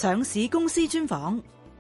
上市公司專訪。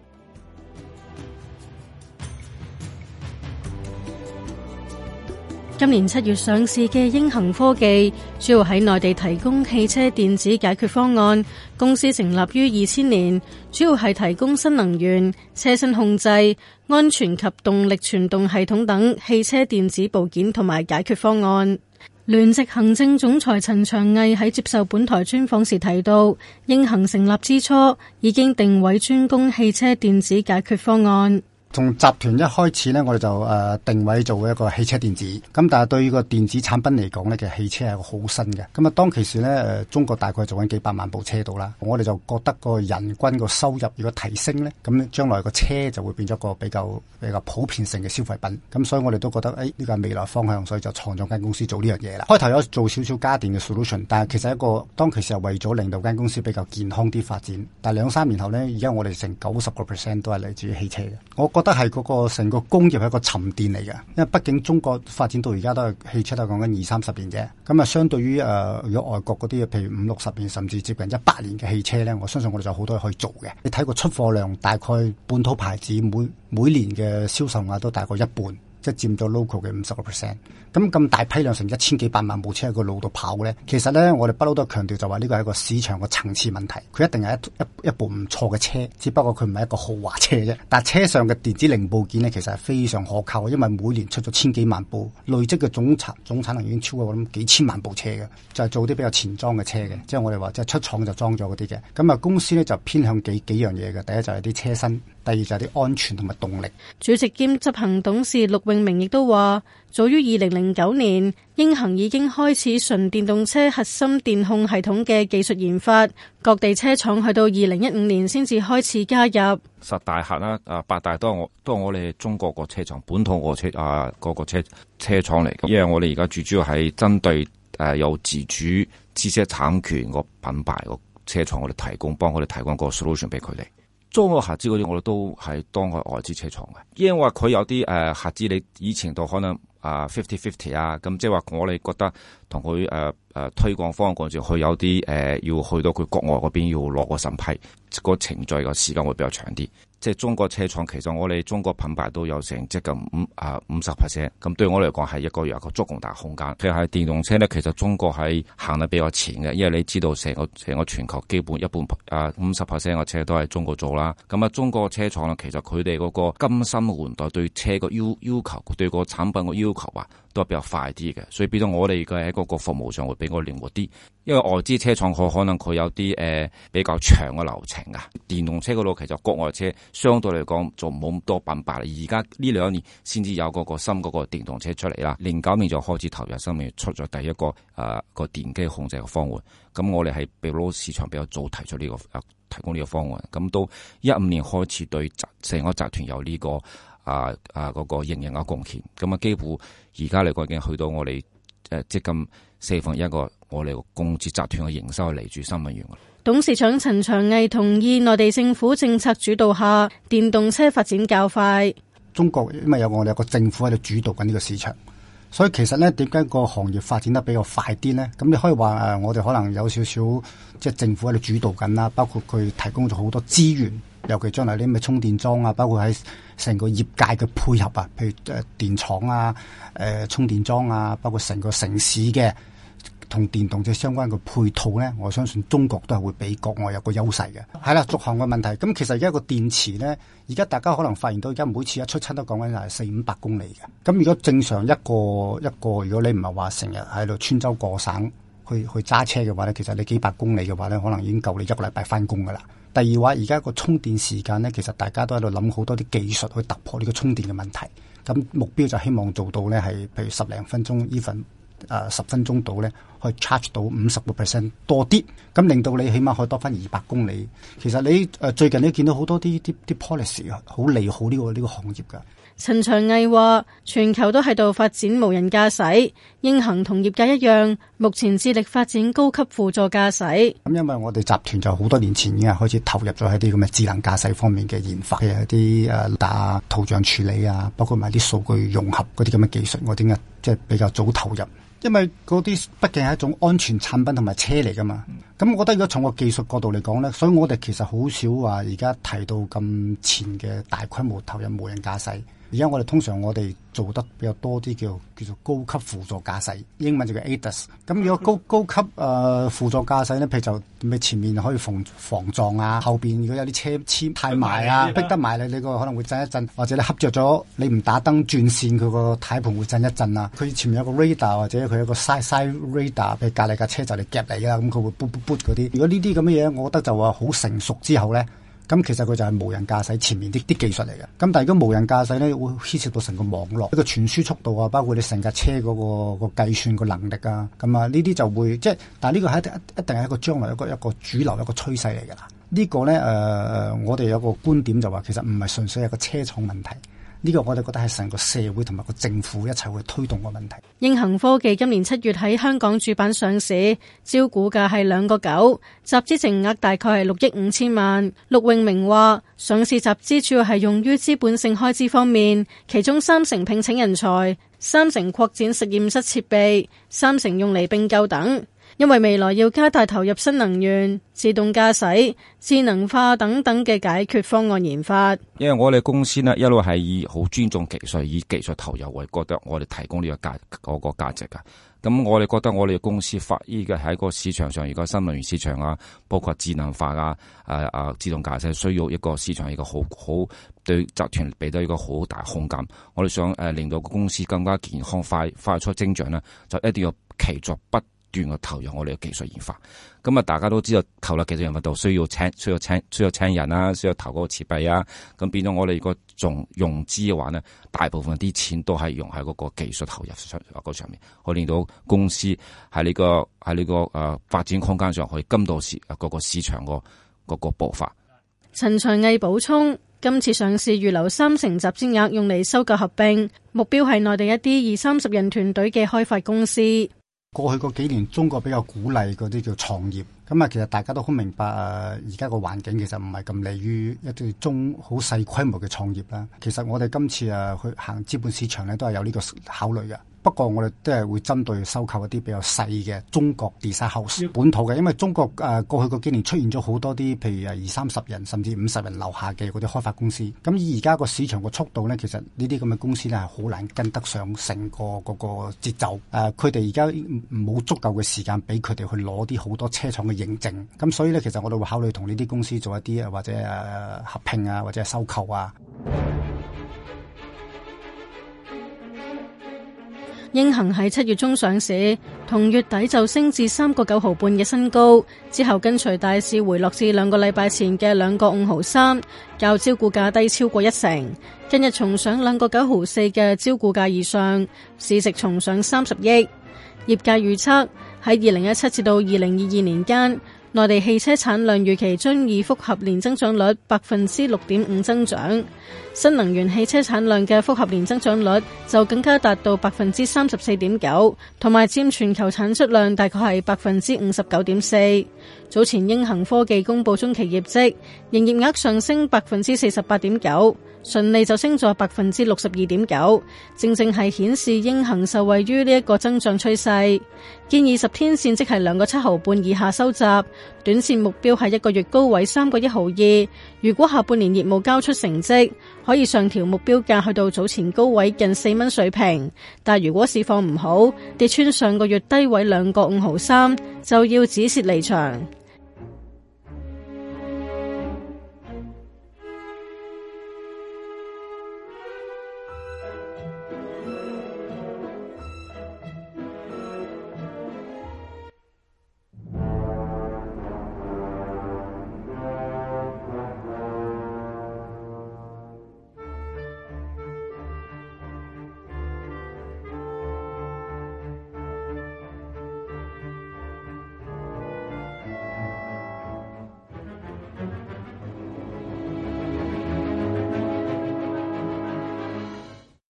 今年7月上市嘅英恒科技，主要喺內地提供汽車電子解決方案。公司成立於2000年，主要係提供新能源、車身控制、安全及動力傳動系統等汽車電子部件同埋解決方案。聯席行政總裁陳祥毅喺接受本台專訪時提到，英恒成立之初已經定位專攻汽車電子解決方案。 從集團一開始呢，我哋就定位做一個汽車電子。咁但係對於個電子產品嚟講呢，其實汽車係個好新嘅。咁啊，當其時呢，中國大概做緊幾百萬部車度啦。我哋就覺得個人均個收入如果提升呢，咁將來個車就會變咗個比較普遍性嘅消費品。咁所以我哋都覺得呢個係未來方向，所以就創咗間公司做呢樣嘢啦。開頭有做少少家電嘅 solution， 但係其實當其時係為咗令到間公司比較健康啲發展。但係2-3年後呢，而家我哋成90% 都係嚟自於汽車嘅。我覺得係嗰個成個工業係一個沉澱嚟嘅，因為畢竟中國發展到而家都係汽車都係講緊20-30年啫。咁啊，相對於如果外國嗰啲譬如50-60年甚至接近100年嘅汽車咧，我相信我哋就好多嘢可以做嘅。你睇個出貨量，大概本土牌子每年嘅銷售額都大概一半，即係佔咗 local 嘅50%。咁大批量成1000幾百萬部車喺個路度跑咧，其實咧我哋不嬲都強調就話呢個係一個市場個層次問題，佢一定係一部唔錯嘅車，只不過佢唔係一個豪華車啫。但係車上嘅電子零部件咧，其實係非常可靠，因為每年出咗1000幾萬部，累積嘅總產能已經超過咁幾千萬部車嘅，就係做啲比較前裝嘅車嘅，即係我哋話即係出廠就裝咗嗰啲嘅。咁啊，公司咧就偏向幾樣嘢嘅，第一就係啲車身，第二就係啲安全同埋動力。 主席兼執行董事陸永明亦都話，早於2009年，英恒已經開始純電動車核心電控系統嘅技術研發，各地車廠去到2015年先至開始加入。 十大客啦，八大都係我哋中國個車廠，本土個車個車廠嚟嘅。因為我哋而家主要係針對有自主知識產權個品牌個車廠，我哋幫佢哋提供個 solution 俾佢哋。中國合資嗰啲我哋都係當佢外資車廠嘅，因為佢有啲合資你以前度可能50-50啊，咁即係話我哋覺得同佢推廣方案嗰陣時，佢有啲要去到佢國外嗰邊要攞個審批，個程序個時間會比較長啲。即係中國車廠，其實我哋中國品牌都有成接近50%，咁對我嚟講係一個有一個足夠大空間。其實係電動車咧，其實中國係行得比較前嘅，因為你知道成個全球基本一半50% 嘅車都係中國做啦。咁啊，中國車廠咧，其實佢哋嗰個更新換代對車個要求，對個產品個要求啊，都係比較快啲嘅，所以變咗我哋嘅喺嗰個服務上會比較靈活啲。因為外資車廠可能佢有啲比較長嘅流程啊，電動車嗰度其實國外車相對嚟講就冇咁多品牌啦。而家呢2年先至有嗰個新嗰個電動車出嚟啦，09年就開始投入生命出咗第一個個電機控制嘅方案。咁我哋係俾到市場比較早提出呢個提供呢個方案。咁到15年開始對成個集團有呢個嗰個營運嘅貢獻。咁啊，幾乎而家嚟講已經去到我哋接近1/4個我哋個公司集團嘅營收係嚟自新能源。 董事長陳祥毅同意，內地政府政策主導下，電動車發展較快。 中國因為我哋有個政府喺度主導緊呢個市場，所以其實咧點解個行業發展得比較快啲咧？咁你可以話我哋可能有少少即係政府喺度主導緊啦，包括佢提供咗好多資源，尤其將來啲咩充電樁啊，包括喺成個業界嘅配合啊，譬如電廠啊、充電樁啊，包括成個城市嘅同電動車相關嘅配套咧，我相信中國都係會比國外有個優勢嘅。係啦，續航嘅問題。咁其實而家個電池咧，而家大家可能發現到而家每次一出親都講緊係400-500公里嘅。咁如果正常一個，如果你唔係話成日喺度穿州過省去揸車嘅話咧，其實你幾百公里嘅話咧，可能已經夠你1個禮拜翻工噶啦。第二話，而家個充電時間咧，其實大家都喺度諗好多啲技術去突破呢個充電嘅問題。咁目標就希望做到咧係譬如10零分鐘，even 10分鐘到咧，可以 charge 到50% 多啲，咁令到你起碼可以多翻200公里。其實你最近你見到好多啲 policy 好利好呢個行業㗎。 陳祥毅話：全球都喺度發展無人駕駛，英恒同業界一樣，目前致力發展高級輔助駕駛。 咁因為我哋集團就好多年前已經開始投入咗喺啲咁嘅智能駕駛方面嘅研發，譬如一啲打圖像處理啊，包括埋啲數據融合嗰啲咁嘅技術，我點解即係比較早投入。 因為嗰啲畢竟係一種安全產品同埋車嚟噶嘛。咁我覺得如果從個技術角度嚟講咧，所以我哋其實好少話而家提到咁前嘅大規模投入無人駕駛。而家我哋通常做得比較多啲叫做高級輔助駕駛，英文就叫 ADAS。咁如果高級輔助駕駛咧，譬如就咪前面可以防撞啊，後邊如果有啲車黐太埋啊，逼得埋你個可能會震一震，或者你恰着咗你唔打燈轉線，佢個軚盤會震一震啊。佢前面有個 radar 或者佢有個 side radar， 譬如隔離架車就嚟夾你啦，咁佢會卜嗰啲。如果呢啲咁嘅嘢，我覺得就話好成熟之後咧。咁其實佢就係無人駕駛前面啲技術嚟嘅。咁但係如果無人駕駛咧，會牽涉到成個網絡，一個傳輸速度啊，包括你成架車嗰個計算個能力啊，咁啊呢啲就會即係，但係呢個係一定係一個將來一個主流一個趨勢嚟㗎啦。呢個咧我哋有個觀點就話，其實唔係純粹係個車廠問題。呢個我哋覺得係成個社會同埋個政府一齊去推動個問題。 英恒科技今年7月喺香港主板上市，招股價係2個9，集資淨額大概係6億5千萬。陸永明話，上市集資主要係用於資本性開支方面，其中3成聘請人才，3成擴展實驗室設備，3成用嚟併購等。因為未來要加大投入新能源、自動駕駛、智能化等等嘅解決方案研發。 因為我哋公司呢一路係以好尊重技術，以技術投入為覺得我哋提供呢個價值㗎。咁我哋覺得我哋公司發揮嘅喺個市場上，而家新能源市場啊，包括智能化啊、自動駕駛需要一個市場一個好對集團俾到一個好大空間。我哋想令到個公司更加健康快速增長呢，就一定要持續不斷嘅投入我哋嘅技術研發。咁啊，大家都知道投入技術研發度需要請人啦，需要投嗰個設備啊。咁變咗我哋如果仲融資嘅話呢，大部分啲錢都係用喺嗰個技術投入上面，可以令到公司喺呢個發展空間上可以跟到嗰個市場嗰個步伐。 陳長毅補充，今次上市預留3成集資額用嚟收購合併，目標係內地一啲20-30人團隊嘅開發公司。 過去嗰幾年，中國比較鼓勵嗰啲叫創業，咁啊，其實大家都好明白而家個環境其實唔係咁利於一啲好細規模嘅創業啦。其實我哋今次去行資本市場咧，都係有呢個考慮嘅。不過我哋都係會針對收購一啲比較細嘅中國 design house 本土嘅，因為中國過去嗰幾年出現咗好多啲，譬如20-30人甚至50人樓下嘅嗰啲開發公司。咁以而家個市場個速度咧，其實呢啲咁嘅公司咧係好難跟得上成個嗰個節奏。佢哋而家冇足夠嘅時間俾佢哋去攞啲好多車廠嘅認證。咁所以咧，其實我哋會考慮同呢啲公司做一啲或者合併啊，或者係收購啊。 英恒喺7月中上市，同月底就升至3個9毫半嘅新高，之後跟隨大市回落至2個禮拜前嘅2個5毫3，較招股價低超過1成。近日重上2個9毫4嘅招股價以上，市值重上30億。業界預測喺2017至到2022年間，內地汽車產量預期將以複合年增長率 6.5% 增長，新能源汽車產量嘅複合年增長率就更加達到 34.9%， 同埋佔全球產出量大概係 59.4%。早前英恒科技公布中期業績，營業額上升 48.9%， 純利就升咗 62.9%， 正係顯示英恒受惠於呢一個增長趨勢。建議10天線即係2個7毫半以下收集，短線目標係1個月高位3個1毫2。如果下半年業務交出成績，可以上調目標價去到早前高位近4蚊水平。但如果市況唔好，跌穿上個月低位2個5毫3，就要止蝕離場。